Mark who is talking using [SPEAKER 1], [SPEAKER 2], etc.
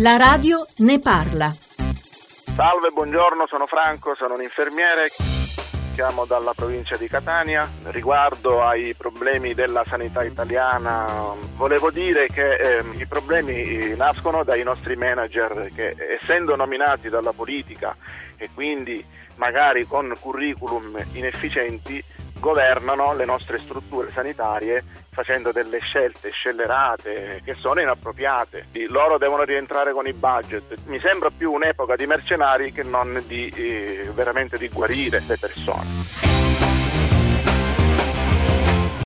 [SPEAKER 1] La radio ne parla.
[SPEAKER 2] Salve, buongiorno, sono Franco, sono un infermiere. Chiamo dalla provincia di Catania. Riguardo ai problemi della sanità italiana, volevo dire che i problemi nascono dai nostri manager che, essendo nominati dalla politica e quindi magari con curriculum inefficienti, governano le nostre strutture sanitarie facendo delle scelte scellerate che sono inappropriate. Loro devono rientrare con i budget. Mi sembra più un'epoca di mercenari che non di veramente di guarire le persone.